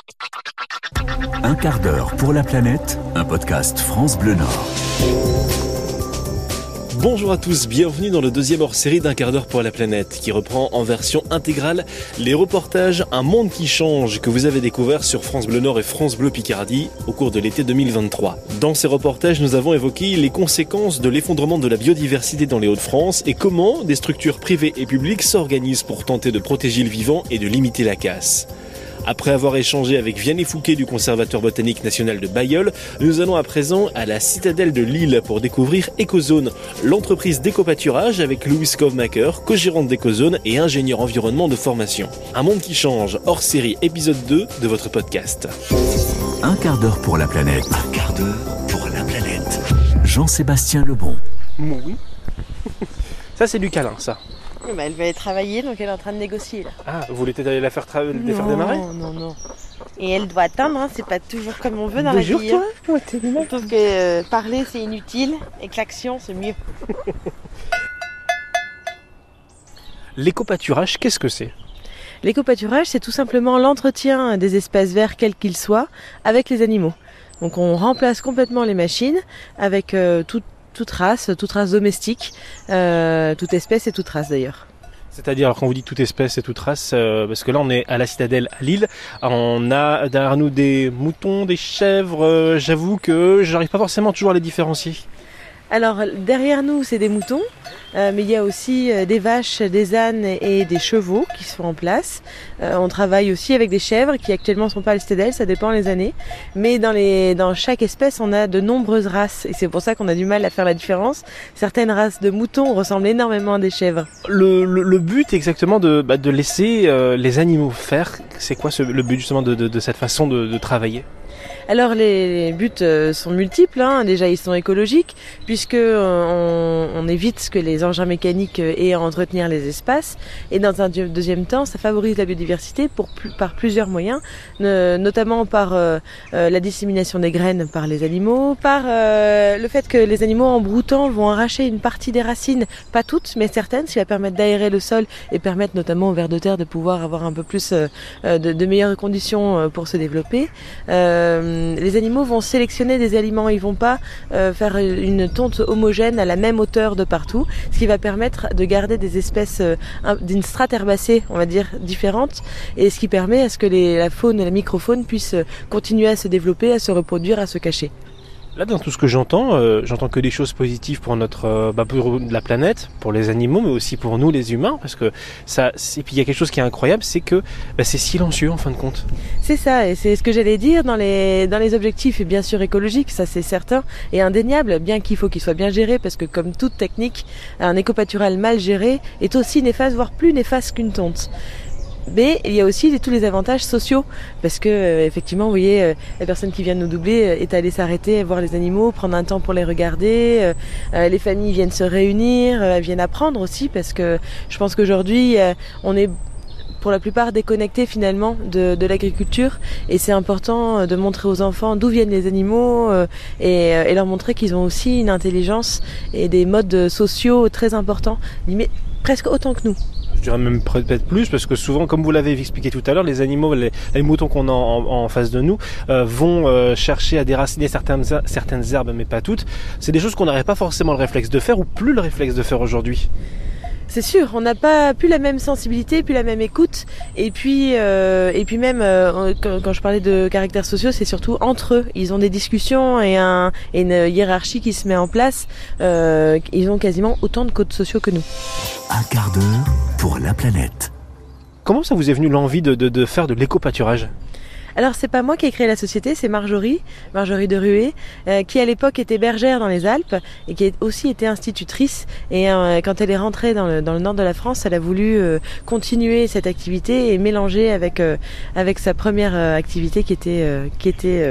Un quart d'heure pour la planète, un podcast France Bleu Nord. Bonjour à tous, bienvenue dans le deuxième hors-série d'Un quart d'heure pour la planète qui reprend en version intégrale les reportages Un monde qui change que vous avez découvert sur France Bleu Nord et France Bleu Picardie au cours de l'été 2023. Dans ces reportages, nous avons évoqué les conséquences de l'effondrement de la biodiversité dans les Hauts-de-France et comment des structures privées et publiques s'organisent pour tenter de protéger le vivant et de limiter la casse. Après avoir échangé avec Vianney Fouquet du Conservatoire botanique national de Bailleul, nous allons à présent à la citadelle de Lille pour découvrir Ecozone, l'entreprise d'éco-pâturage avec Louise Kovmaker, co-gérante d'Ecozone et ingénieur environnement de formation. Un monde qui change, hors série épisode 2 de votre podcast. Un quart d'heure pour la planète. Un quart d'heure pour la planète. Jean-Sébastien Lebon. Oui. Ça c'est du câlin, ça. Oui, bah, elle va aller travailler, donc elle est en train de négocier là. Ah, vous voulez peut-être aller la faire, faire démarrer ? Non. Et elle doit atteindre, hein, c'est pas toujours comme on veut dans Bonjour, la vie. toi. Je trouve que parler c'est inutile et que l'action c'est mieux. L'éco-pâturage, qu'est-ce que c'est ? L'éco-pâturage, c'est tout simplement l'entretien des espaces verts, quels qu'ils soient, avec les animaux. Donc on remplace complètement les machines avec toute race domestique, toute espèce et toute race d'ailleurs. C'est-à-dire, alors quand vous dites toute espèce et toute race, parce que là on est à la citadelle à Lille, on a derrière nous des moutons, des chèvres, j'avoue que j'arrive pas forcément toujours à les différencier. Alors derrière nous c'est des moutons, mais il y a aussi des vaches, des ânes et des chevaux qui sont en place. On travaille aussi avec des chèvres qui actuellement ne sont pas à la citadelle, ça dépend les années. Mais dans chaque espèce on a de nombreuses races et c'est pour ça qu'on a du mal à faire la différence. Certaines races de moutons ressemblent énormément à des chèvres. Le but exactement de laisser les animaux faire, c'est quoi le but justement de cette façon de travailler ? Alors les buts sont multiples, hein. Déjà ils sont écologiques puisque on évite que les engins mécaniques aient à entretenir les espaces et dans un deuxième temps ça favorise la biodiversité par plusieurs moyens, notamment par la dissémination des graines par les animaux, par le fait que les animaux en broutant vont arracher une partie des racines, pas toutes mais certaines, ce qui va permettre d'aérer le sol et permettre notamment aux vers de terre de pouvoir avoir un peu plus de meilleures conditions pour se développer. Les animaux vont sélectionner des aliments, ils vont pas faire une tonte homogène à la même hauteur de partout, ce qui va permettre de garder des espèces d'une strate herbacée, on va dire, différente, et ce qui permet à ce que la faune et la microfaune puissent continuer à se développer, à se reproduire, à se cacher. Là, dans tout ce que j'entends que des choses positives pour pour la planète, pour les animaux, mais aussi pour nous, les humains, parce que et puis il y a quelque chose qui est incroyable, c'est que c'est silencieux en fin de compte. C'est ça, et c'est ce que j'allais dire dans les objectifs, et bien sûr écologiques, ça c'est certain, et indéniable, bien qu'il faut qu'il soit bien géré, parce que comme toute technique, un éco-pâturage mal géré est aussi néfaste, voire plus néfaste qu'une tonte. Mais il y a aussi tous les avantages sociaux parce que effectivement vous voyez la personne qui vient de nous doubler est allée s'arrêter voir les animaux, prendre un temps pour les regarder, les familles viennent se réunir, viennent apprendre aussi parce que je pense qu'aujourd'hui on est pour la plupart déconnectés finalement de l'agriculture et c'est important de montrer aux enfants d'où viennent les animaux et leur montrer qu'ils ont aussi une intelligence et des modes sociaux très importants, presque autant que nous. Je dirais même peut-être plus, parce que souvent, comme vous l'avez expliqué tout à l'heure, les animaux, les moutons qu'on a en face de nous vont chercher à déraciner certaines herbes, mais pas toutes. C'est des choses qu'on n'aurait pas forcément le réflexe de faire, ou plus le réflexe de faire aujourd'hui. C'est sûr, on n'a pas plus la même sensibilité, plus la même écoute, et puis même quand je parlais de caractères sociaux, c'est surtout entre eux. Ils ont des discussions et une hiérarchie qui se met en place. Ils ont quasiment autant de codes sociaux que nous. Un quart d'heure pour la planète. Comment ça vous est venu l'envie de faire de l'éco-pâturage ? Alors c'est pas moi qui ai créé la société, c'est Marjorie de Rué, qui à l'époque était bergère dans les Alpes et qui a aussi été institutrice. Et quand elle est rentrée dans le nord de la France, elle a voulu continuer cette activité et mélanger avec sa première activité qui était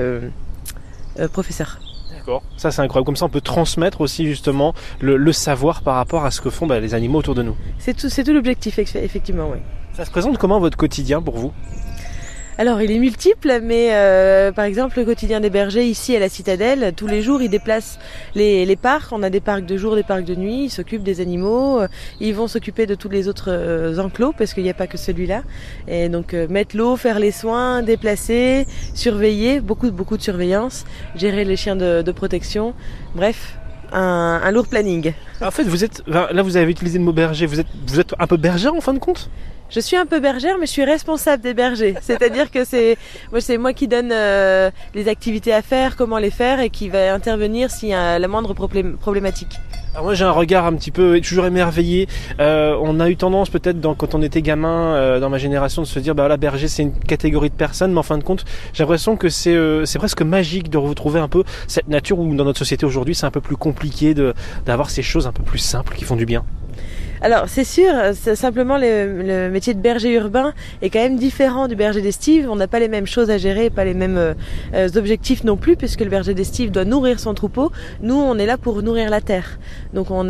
professeur. D'accord, ça c'est incroyable, comme ça on peut transmettre aussi justement le savoir par rapport à ce que font les animaux autour de nous. C'est tout l'objectif, effectivement, oui. Ça se présente comment votre quotidien pour vous ? Alors, il est multiple, mais par exemple, le quotidien des bergers ici à la Citadelle, tous les jours, ils déplacent les parcs. On a des parcs de jour, des parcs de nuit. Ils s'occupent des animaux. Ils vont s'occuper de tous les autres enclos, parce qu'il n'y a pas que celui-là. Et donc, mettre l'eau, faire les soins, déplacer, surveiller, beaucoup de surveillance, gérer les chiens de protection. Bref, un lourd planning. En fait, là, vous avez utilisé le mot berger. Vous êtes un peu bergère en fin de compte ? Je suis un peu bergère, mais je suis responsable des bergers. C'est-à-dire que c'est moi qui donne les activités à faire, comment les faire, et qui va intervenir s'il y a la moindre problématique. Alors moi j'ai un regard un petit peu toujours émerveillé. On a eu tendance peut-être quand on était gamin dans ma génération de se dire bah là berger c'est une catégorie de personnes, mais en fin de compte j'ai l'impression que c'est presque magique de retrouver un peu cette nature où dans notre société aujourd'hui c'est un peu plus compliqué d'avoir ces choses un peu plus simples qui font du bien. Alors c'est sûr, simplement le métier de berger urbain est quand même différent du berger d'estive. On n'a pas les mêmes choses à gérer, pas les mêmes objectifs non plus, puisque le berger d'estive doit nourrir son troupeau. Nous, on est là pour nourrir la terre. Donc on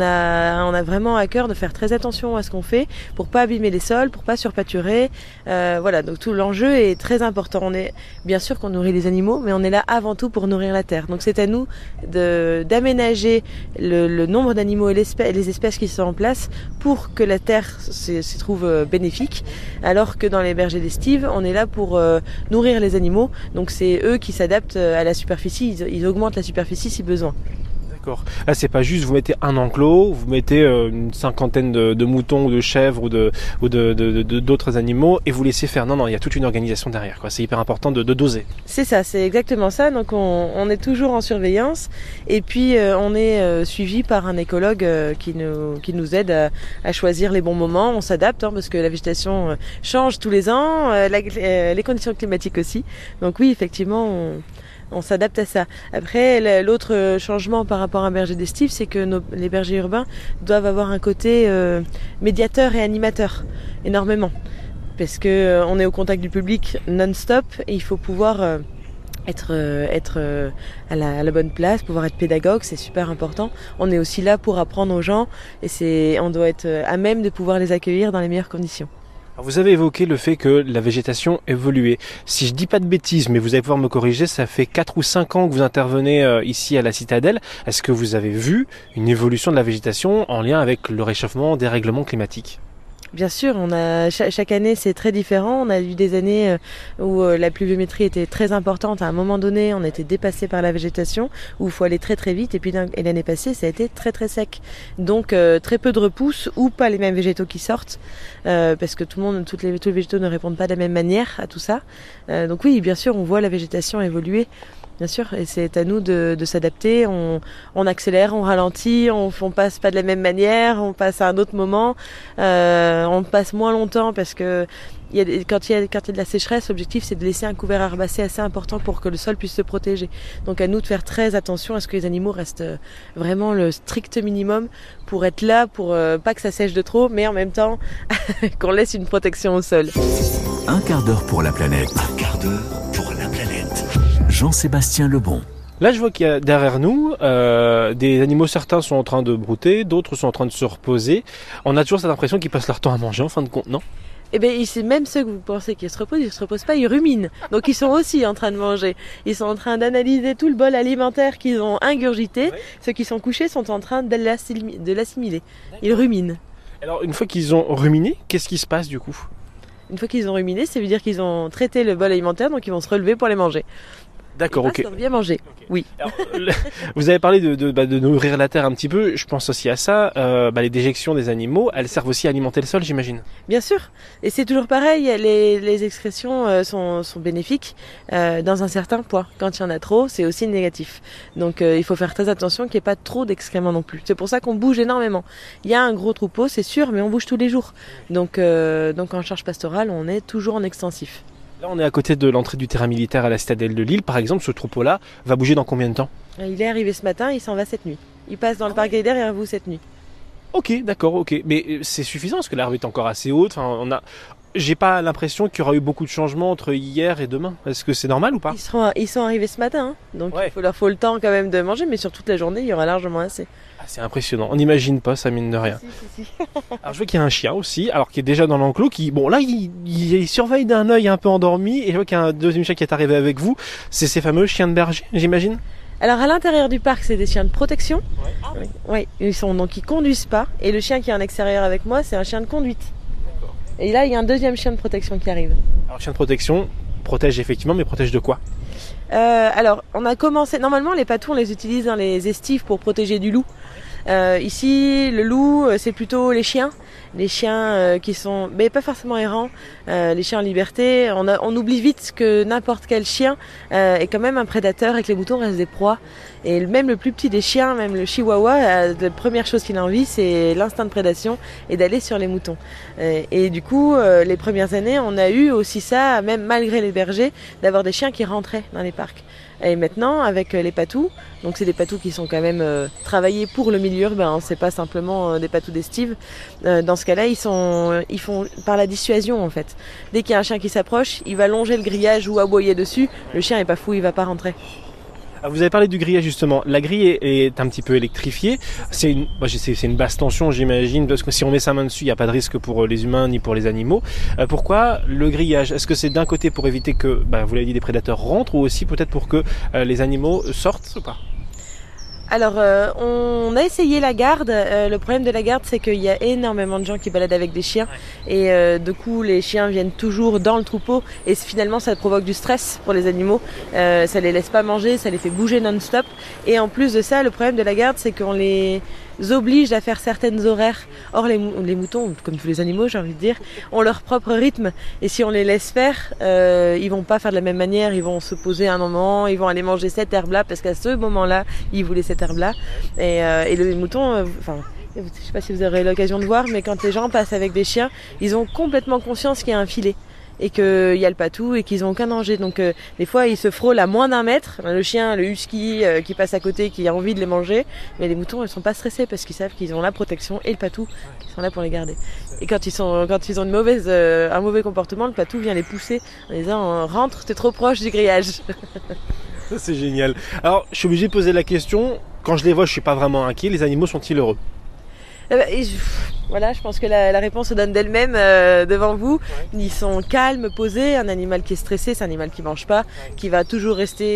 a vraiment à cœur de faire très attention à ce qu'on fait pour pas abîmer les sols, pour pas surpâturer. Voilà, donc tout l'enjeu est très important. On est bien sûr qu'on nourrit les animaux, mais on est là avant tout pour nourrir la terre. Donc c'est à nous d'aménager le nombre d'animaux et les espèces qui sont en place pour que la terre s'y trouve bénéfique, alors que dans les bergers d'estive, on est là pour nourrir les animaux. Donc c'est eux qui s'adaptent à la superficie, ils augmentent la superficie si besoin. D'accord. Là, c'est pas juste vous mettez un enclos, vous mettez une cinquantaine de moutons ou de chèvres ou d'autres animaux et vous laissez faire. Non, il y a toute une organisation derrière, quoi. C'est hyper important de doser. C'est ça, c'est exactement ça. Donc on est toujours en surveillance et puis on est suivi par un écologue qui nous aide à choisir les bons moments. On s'adapte parce que la végétation change tous les ans, les conditions climatiques aussi. Donc oui, effectivement, on s'adapte à ça. Après, l'autre changement par rapport à un berger d'estive, c'est que les bergers urbains doivent avoir un côté médiateur et animateur, énormément. Parce que on est au contact du public non-stop et il faut pouvoir être à la bonne place, pouvoir être pédagogue, c'est super important. On est aussi là pour apprendre aux gens et on doit être à même de pouvoir les accueillir dans les meilleures conditions. Alors vous avez évoqué le fait que la végétation évoluait. Si je dis pas de bêtises, mais vous allez pouvoir me corriger, ça fait 4 ou 5 ans que vous intervenez ici à la Citadelle. Est-ce que vous avez vu une évolution de la végétation en lien avec le réchauffement, dérèglement climatique ? Bien sûr, chaque année c'est très différent. On a eu des années où la pluviométrie était très importante. À un moment donné, on était dépassé par la végétation, où il faut aller très très vite. Et puis l'année passée, ça a été très très sec. Donc très peu de repousses ou pas les mêmes végétaux qui sortent, parce que tous les végétaux ne répondent pas de la même manière à tout ça. Donc oui, bien sûr, on voit la végétation évoluer. Bien sûr, et c'est à nous de s'adapter. On accélère, on ralentit, on passe pas de la même manière, on passe à un autre moment, on passe moins longtemps parce que quand il y a de la sécheresse, l'objectif c'est de laisser un couvert herbacé assez important pour que le sol puisse se protéger. Donc à nous de faire très attention à ce que les animaux restent vraiment le strict minimum pour être là, pour pas que ça sèche de trop, mais en même temps qu'on laisse une protection au sol. Un quart d'heure pour la planète. Un quart d'heure pour la planète. Jean-Sébastien Lebon. Là, je vois qu'il y a derrière nous des animaux, certains sont en train de brouter, d'autres sont en train de se reposer. On a toujours cette impression qu'ils passent leur temps à manger en fin de compte, non ? Eh bien, même ceux que vous pensez qu'ils se reposent pas, ils ruminent. Donc ils sont aussi en train de manger. Ils sont en train d'analyser tout le bol alimentaire qu'ils ont ingurgité. Ouais. Ceux qui sont couchés sont en train de l'assimiler. Ils ruminent. Alors, une fois qu'ils ont ruminé, qu'est-ce qui se passe du coup ? Une fois qu'ils ont ruminé, ça veut dire qu'ils ont traité le bol alimentaire, donc ils vont se relever pour les manger. D'accord, ok. Bien manger, okay. Oui. Alors, vous avez parlé de nourrir la terre un petit peu. Je pense aussi à ça. Les déjections des animaux, elles servent aussi à alimenter le sol, j'imagine. Bien sûr. Et c'est toujours pareil. Les excrétions sont bénéfiques dans un certain poids. Quand il y en a trop, c'est aussi négatif. Donc il faut faire très attention qu'il n'y ait pas trop d'excréments non plus. C'est pour ça qu'on bouge énormément. Il y a un gros troupeau, c'est sûr, mais on bouge tous les jours. Donc en charge pastorale, on est toujours en extensif. Là, on est à côté de l'entrée du terrain militaire à la Citadelle de Lille. Par exemple, ce troupeau-là va bouger dans combien de temps ? Il est arrivé ce matin, il s'en va cette nuit. Il passe dans le parc Gaïder et revient cette nuit. Ok, d'accord, ok. Mais c'est suffisant parce que l'herbe est encore assez haute. Enfin, j'ai pas l'impression qu'il y aura eu beaucoup de changements entre hier et demain. Est-ce que c'est normal ou pas? Ils sont arrivés ce matin, hein. Donc Ouais. il leur faut le temps quand même de manger, mais sur toute la journée, il y aura largement assez. Ah, c'est impressionnant, on n'imagine pas ça, mine de rien. Si. Alors je vois qu'il y a un chien aussi, alors qui est déjà dans l'enclos, qui, bon là, il surveille d'un œil un peu endormi, et je vois qu'il y a un deuxième chien qui est arrivé avec vous. C'est ces fameux chiens de berger, j'imagine? Alors à l'intérieur du parc, c'est des chiens de protection. Oui, donc ils conduisent pas. Et le chien qui est en extérieur avec moi, c'est un chien de conduite. Et là, il y a un deuxième chien de protection qui arrive. Alors chien de protection, protège effectivement, mais protège de quoi? Alors, on a commencé. Normalement, les patous, on les utilise dans les estives pour protéger du loup. Ici, le loup, c'est plutôt les chiens. Les chiens qui sont, mais pas forcément errants, les chiens en liberté. On oublie vite que n'importe quel chien est quand même un prédateur et que les moutons restent des proies. Et même le plus petit des chiens, même le chihuahua, la première chose qu'il a envie, c'est l'instinct de prédation et d'aller sur les moutons. Et du coup, les premières années, on a eu aussi ça, même malgré les bergers, d'avoir des chiens qui rentraient dans les parcs. Et maintenant, avec les patous, donc c'est des patous qui sont quand même travaillés pour le milieu urbain, hein, c'est pas simplement des patous d'estive. Dans ce cas-là, ils font par la dissuasion en fait. Dès qu'il y a un chien qui s'approche, il va longer le grillage ou aboyer dessus. Le chien est pas fou, il va pas rentrer. Vous avez parlé du grillage justement. La grille est un petit peu électrifiée. C'est une basse tension, j'imagine, parce que si on met sa main dessus, il n'y a pas de risque pour les humains ni pour les animaux. Pourquoi le grillage? Est-ce que c'est d'un côté pour éviter que, vous l'avez dit, des prédateurs rentrent, ou aussi peut-être pour que les animaux sortent ou pas? Alors, on a essayé la garde. Le problème de la garde, c'est qu'il y a énormément de gens qui baladent avec des chiens. Et du coup, les chiens viennent toujours dans le troupeau. Et finalement, ça provoque du stress pour les animaux. Ça les laisse pas manger, ça les fait bouger non-stop. Et en plus de ça, le problème de la garde, c'est qu'on les oblige à faire certaines horaires. Or, les moutons, comme tous les animaux, j'ai envie de dire, ont leur propre rythme. Et si on les laisse faire, ils vont pas faire de la même manière. Ils vont se poser un moment, ils vont aller manger cette herbe-là, parce qu'à ce moment-là, ils voulaient cette herbe-là. Et les moutons, je sais pas si vous aurez l'occasion de voir, mais quand les gens passent avec des chiens, ils ont complètement conscience qu'il y a un filet et qu'il y a le patou et qu'ils n'ont aucun danger. Donc des fois ils se frôlent à moins d'1 mètre, le chien, le husky qui passe à côté, qui a envie de les manger, mais les moutons ils sont pas stressés parce qu'ils savent qu'ils ont la protection et le patou qui sont là pour les garder. Et quand ils ont un mauvais comportement, le patou vient les pousser en disant rentre, t'es trop proche du grillage. Ça, c'est génial. Alors je suis obligé de poser la question, quand je les vois je suis pas vraiment inquiet, les animaux sont-ils heureux? Voilà, je pense que la réponse se donne d'elle-même devant vous. Ouais. Ils sont calmes, posés. Un animal qui est stressé, c'est un animal qui mange pas, qui va toujours rester.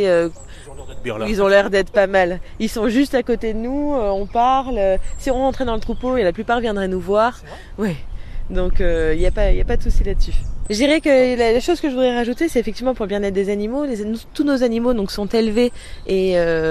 Ils ont l'air d'être pas mal. Ils sont juste à côté de nous, on parle. Si on rentrait dans le troupeau, et la plupart viendraient nous voir. Oui. Donc il y a pas de souci là-dessus. Je dirais que la chose que je voudrais rajouter, c'est effectivement pour le bien-être des animaux. Tous nos animaux donc sont élevés et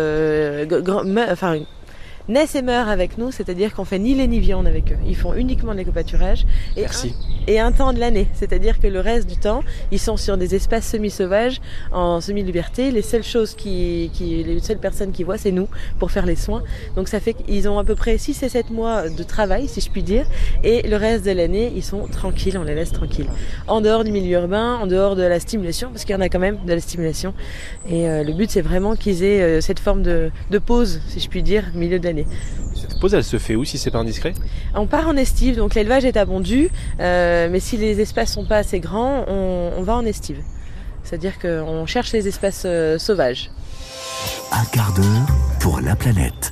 naissent et meurent avec nous, c'est-à-dire qu'on fait ni lait ni viande avec eux. Ils font uniquement de l'éco-pâturage et un temps de l'année, c'est-à-dire que le reste du temps, ils sont sur des espaces semi-sauvages, en semi-liberté. Les seules personnes qui voient, c'est nous, pour faire les soins. Donc ça fait qu'ils ont à peu près 6 et 7 mois de travail, si je puis dire, et le reste de l'année, ils sont tranquilles, on les laisse tranquilles. En dehors du milieu urbain, en dehors de la stimulation, parce qu'il y en a quand même de la stimulation. Et le but, c'est vraiment qu'ils aient cette forme de pause, si je puis dire, au milieu de l'année. Cette pause, elle se fait où si c'est pas indiscret? On part en estive, donc l'élevage est abondu, mais si les espaces sont pas assez grands, on va en estive. C'est-à-dire qu'on cherche les espaces sauvages. Un quart d'heure pour la planète.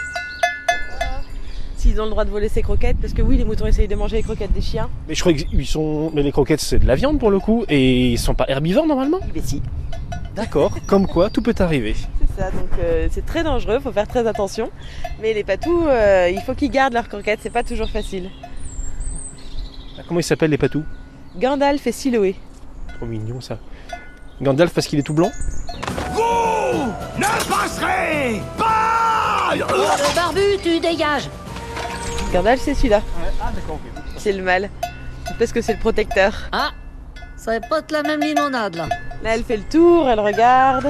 S'ils ont le droit de voler ces croquettes, parce que oui, les moutons essayent de manger les croquettes des chiens. Mais je crois mais les croquettes, c'est de la viande pour le coup, et ils sont pas herbivores normalement? Mais si. D'accord, comme quoi tout peut arriver. C'est ça, donc c'est très dangereux, faut faire très attention. Mais les patous, il faut qu'ils gardent leurs croquettes, c'est pas toujours facile. Comment ils s'appellent les patous? Gandalf et Siloé. Trop mignon ça. Gandalf parce qu'il est tout blanc? Vous ne passerez pas! Le barbu, tu dégages! Gandalf, c'est celui-là. Ouais. Ah d'accord, ok. C'est le mâle. Parce que c'est le protecteur. Ah, ça n'est pas de la même limonade là. Là, elle fait le tour, elle regarde.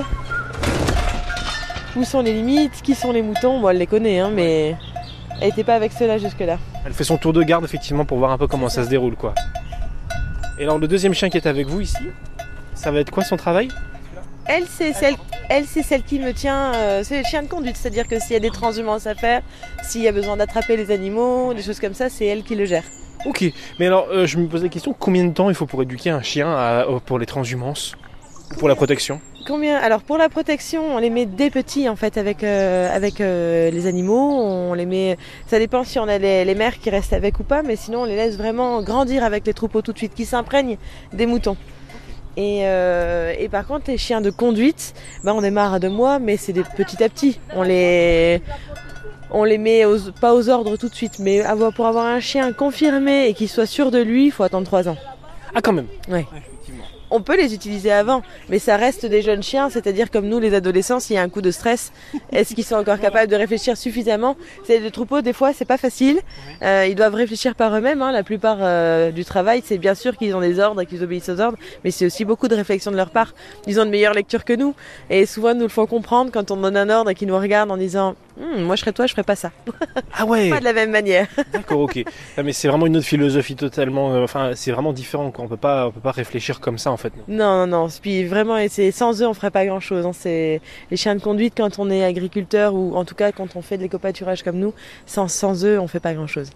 Où sont les limites? Qui sont les moutons? Moi, elle les connaît, hein, mais elle n'était pas avec ceux-là jusque-là. Elle fait son tour de garde, effectivement, pour voir un peu comment ça se déroule, quoi. Et alors, le deuxième chien qui est avec vous, ici, ça va être quoi son travail? Elle, c'est celle qui me tient... c'est le chien de conduite, c'est-à-dire que s'il y a des transhumances à faire, s'il y a besoin d'attraper les animaux, des choses comme ça, c'est elle qui le gère. Ok, mais alors je me pose la question, combien de temps il faut pour éduquer un chien pour les transhumances, pour la protection? Combien? Alors pour la protection, on les met dès petits en fait avec les animaux. On les met. Ça dépend si on a les mères qui restent avec ou pas, mais sinon on les laisse vraiment grandir avec les troupeaux tout de suite, qui s'imprègnent des moutons. Et par contre les chiens de conduite, on démarre à 2 mois, mais c'est petit à petit. On les met pas aux ordres tout de suite, mais pour avoir un chien confirmé et qui soit sûr de lui, il faut attendre 3 ans. Ah quand même. Ouais. On peut les utiliser avant, mais ça reste des jeunes chiens, c'est-à-dire comme nous les adolescents, s'il y a un coup de stress, est-ce qu'ils sont encore capables de réfléchir suffisamment? C'est des troupeaux, des fois c'est pas facile, ils doivent réfléchir par eux-mêmes, la plupart du travail, c'est bien sûr qu'ils ont des ordres et qu'ils obéissent aux ordres, mais c'est aussi beaucoup de réflexion de leur part. Ils ont de meilleures lectures que nous, et souvent nous le font comprendre quand on donne un ordre et qu'ils nous regardent en disant moi je serais toi, je ferais pas ça. Ah ouais. Pas de la même manière. D'accord, ok. Ah, mais c'est vraiment une autre philosophie totalement. C'est vraiment différent, quoi. On peut pas réfléchir comme ça en fait. Non. Puis vraiment, sans eux, on ferait pas grand-chose. C'est les chiens de conduite quand on est agriculteur ou en tout cas quand on fait de l'éco-pâturage comme nous. Sans eux, on fait pas grand-chose.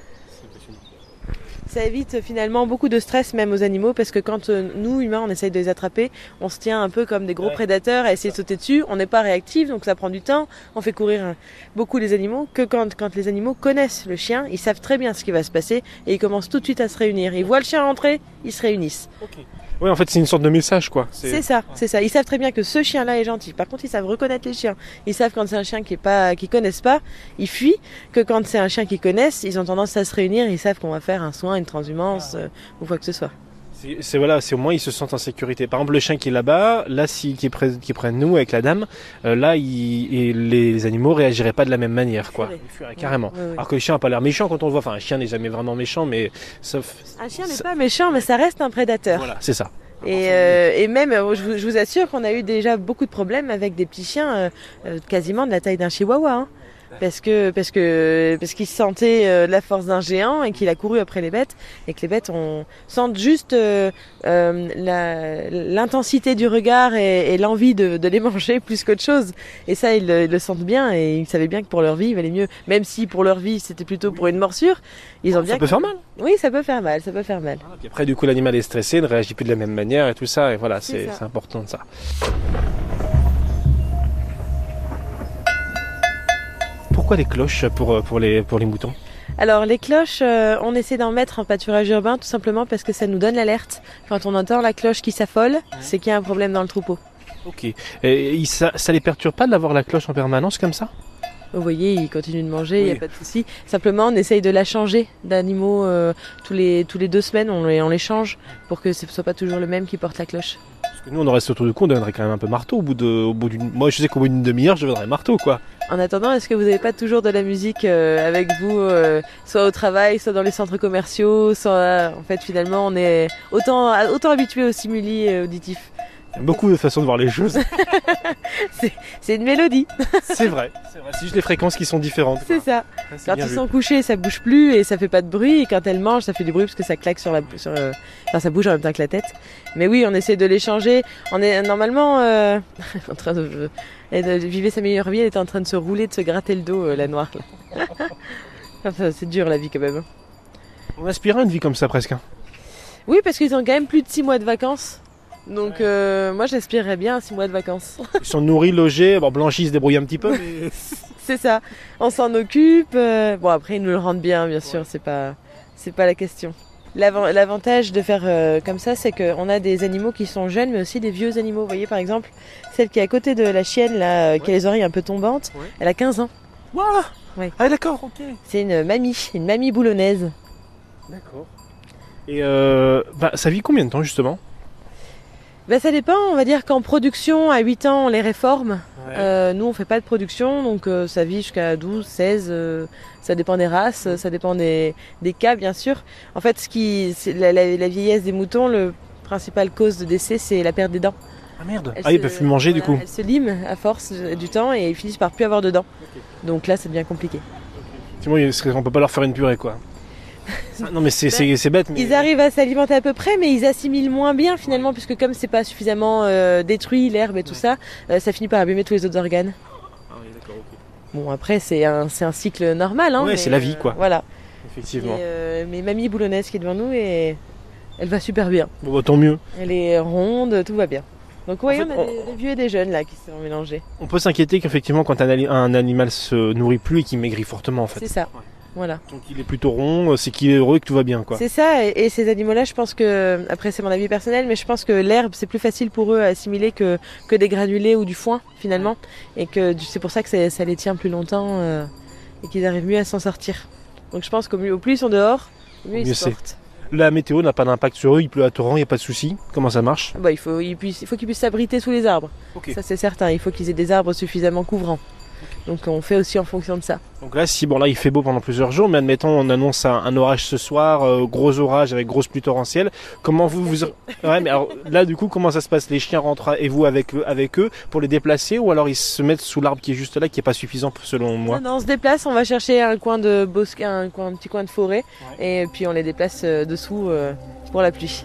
Ça évite finalement beaucoup de stress même aux animaux parce que quand nous humains on essaye de les attraper, on se tient un peu comme des gros prédateurs à essayer de sauter dessus, on n'est pas réactif donc ça prend du temps, on fait courir beaucoup les animaux que quand les animaux connaissent le chien, ils savent très bien ce qui va se passer et ils commencent tout de suite à se réunir. Ils voient le chien rentrer, ils se réunissent. Okay. Oui, en fait, c'est une sorte de message, quoi. C'est ça. Ils savent très bien que ce chien-là est gentil. Par contre, ils savent reconnaître les chiens. Ils savent quand c'est un chien qu'ils connaissent pas, ils fuient. Que quand c'est un chien qu'ils connaissent, ils ont tendance à se réunir. Ils savent qu'on va faire un soin, une transhumance ou quoi que ce soit. C'est au moins ils se sentent en sécurité. Par exemple, le chien qui est là-bas, qui est près de nous avec la dame, les animaux réagiraient pas de la même manière, quoi. Ils fuiraient carrément. Oui. Alors que le chien n'a pas l'air méchant quand on le voit. Enfin, un chien n'est jamais vraiment méchant, mais sauf. Un chien n'est pas méchant, mais ça reste un prédateur. Voilà, c'est ça. Et même, je vous assure qu'on a eu déjà beaucoup de problèmes avec des petits chiens quasiment de la taille d'un chihuahua. Parce qu'il sentait la force d'un géant et qu'il a couru après les bêtes et que les bêtes sentent juste l'intensité du regard et l'envie de les manger plus qu'autre chose. Et ça ils le sentent bien et ils savaient bien que pour leur vie il valait mieux, même si pour leur vie c'était plutôt pour une morsure. Ils ont bien. Ça peut faire mal. Oui, ça peut faire mal. Et après du coup l'animal est stressé, ne réagit plus de la même manière et tout ça et voilà c'est important de ça. Pourquoi les cloches pour les moutons? Alors les cloches, on essaie d'en mettre en pâturage urbain tout simplement parce que ça nous donne l'alerte. Quand on entend la cloche qui s'affole, c'est qu'il y a un problème dans le troupeau. Ok. Et ça les perturbe pas d'avoir la cloche en permanence comme ça? Vous voyez, ils continuent de manger, il n'y a pas de souci. Simplement, on essaye de la changer d'animaux tous les 2 semaines, on les change pour que ce ne soit pas toujours le même qui porte la cloche. Parce que nous, on en reste autour du cou, on donnerait quand même un peu marteau Moi, je sais qu'au bout d'une demi-heure, je donnerais marteau, quoi. En attendant, est-ce que vous n'avez pas toujours de la musique avec vous, soit au travail, soit dans les centres commerciaux, soit en fait finalement on est autant habitué aux stimuli auditifs. Il y a beaucoup de façons de voir les choses. c'est une mélodie. C'est vrai. C'est juste les fréquences qui sont différentes. C'est ça. Quand ils sont couchés, ça bouge plus et ça fait pas de bruit. Et quand elles mangent, ça fait du bruit parce que ça claque ça bouge en même temps que la tête. Mais oui, on essaie de les changer. On est normalement en train de vivre sa meilleure vie. Elle était en train de se rouler, de se gratter le dos, la noire. Là. Enfin, c'est dur la vie quand même. On aspire à une vie comme ça presque. Oui, parce qu'ils ont quand même plus de 6 mois de vacances. Donc moi j'aspirerais bien à 6 mois de vacances. Ils sont nourris, logés, Blanchi se débrouille un petit peu. Mais... c'est ça, on s'en occupe. Bon après ils nous le rendent bien sûr, c'est pas la question. L'avantage de faire comme ça, c'est qu'on a des animaux qui sont jeunes mais aussi des vieux animaux. Vous voyez par exemple, celle qui est à côté de la chienne là, qui a les oreilles un peu tombantes, elle a 15 ans. Waouh. Ouais. Ah d'accord, ok. C'est une mamie boulonnaise. D'accord. Et ça vit combien de temps justement? Ça dépend, on va dire qu'en production, à 8 ans, on les réforme. Ouais. Nous, on fait pas de production, donc ça vit jusqu'à 12, 16, ça dépend des races, ça dépend des cas, bien sûr. En fait, la vieillesse des moutons, le principal cause de décès, c'est la perte des dents. Ah merde. Ils peuvent plus manger du coup. Elles se liment à force du temps et ils finissent par plus avoir de dents. Okay. Donc là, ça devient compliqué. On peut pas leur faire une purée, quoi. Non mais c'est bête. Mais... Ils arrivent à s'alimenter à peu près, mais ils assimilent moins bien finalement, puisque comme c'est pas suffisamment détruit l'herbe et tout ça, ça finit par abîmer tous les autres organes. Ah oui, d'accord, ok. Bon après c'est un cycle normal. Ouais, c'est la vie quoi. Voilà. Effectivement. Mais mamie boulonnaise qui est devant nous et elle va super bien. Bon, bah, tant mieux. Elle est ronde, tout va bien. Donc oui, En fait, on a des vieux et des jeunes là qui sont mélangés. On peut s'inquiéter qu'effectivement, quand un animal se nourrit plus et qu'il maigrit fortement, en fait. C'est ça. Ouais. Voilà. Donc il est plutôt rond, c'est qu'il est heureux, que tout va bien, quoi. C'est ça, et ces animaux-là, je pense que, après c'est mon avis personnel, mais je pense que l'herbe c'est plus facile pour eux à assimiler que des granulés ou du foin finalement, et que c'est pour ça que ça les tient plus longtemps et qu'ils arrivent mieux à s'en sortir. Donc je pense qu'au plus ils sont dehors, au mieux ils se portent. La météo n'a pas d'impact sur eux, il pleut à torrent, il n'y a pas de souci. Comment ça marche? Bah, il faut qu'ils puissent s'abriter sous les arbres. Okay. Ça c'est certain, il faut qu'ils aient des arbres suffisamment couvrants. Donc on fait aussi en fonction de ça. Donc là, là il fait beau pendant plusieurs jours, mais admettons on annonce un orage ce soir, gros orage avec grosse pluie torrentielle. Comment vous... Ouais, mais alors là du coup comment ça se passe? Les chiens rentrent et vous avec eux pour les déplacer, ou alors ils se mettent sous l'arbre qui est juste là, qui est pas suffisant selon moi? Non, on se déplace, on va chercher un coin de bosquet, un petit coin de forêt, ouais. Et puis on les déplace dessous pour la pluie.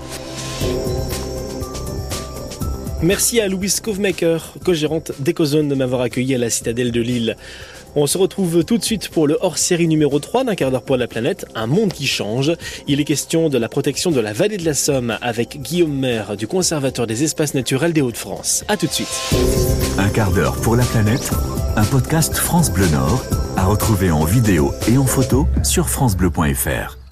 Merci à Louise Kovemaker, co-gérante d'Ecozone, de m'avoir accueilli à la Citadelle de Lille. On se retrouve tout de suite pour le hors-série numéro 3 d'Un quart d'heure pour la planète, un monde qui change. Il est question de la protection de la vallée de la Somme avec Guillaume Maire du Conservatoire des espaces naturels des Hauts-de-France. A tout de suite. Un quart d'heure pour la planète, un podcast France Bleu Nord, à retrouver en vidéo et en photo sur francebleu.fr.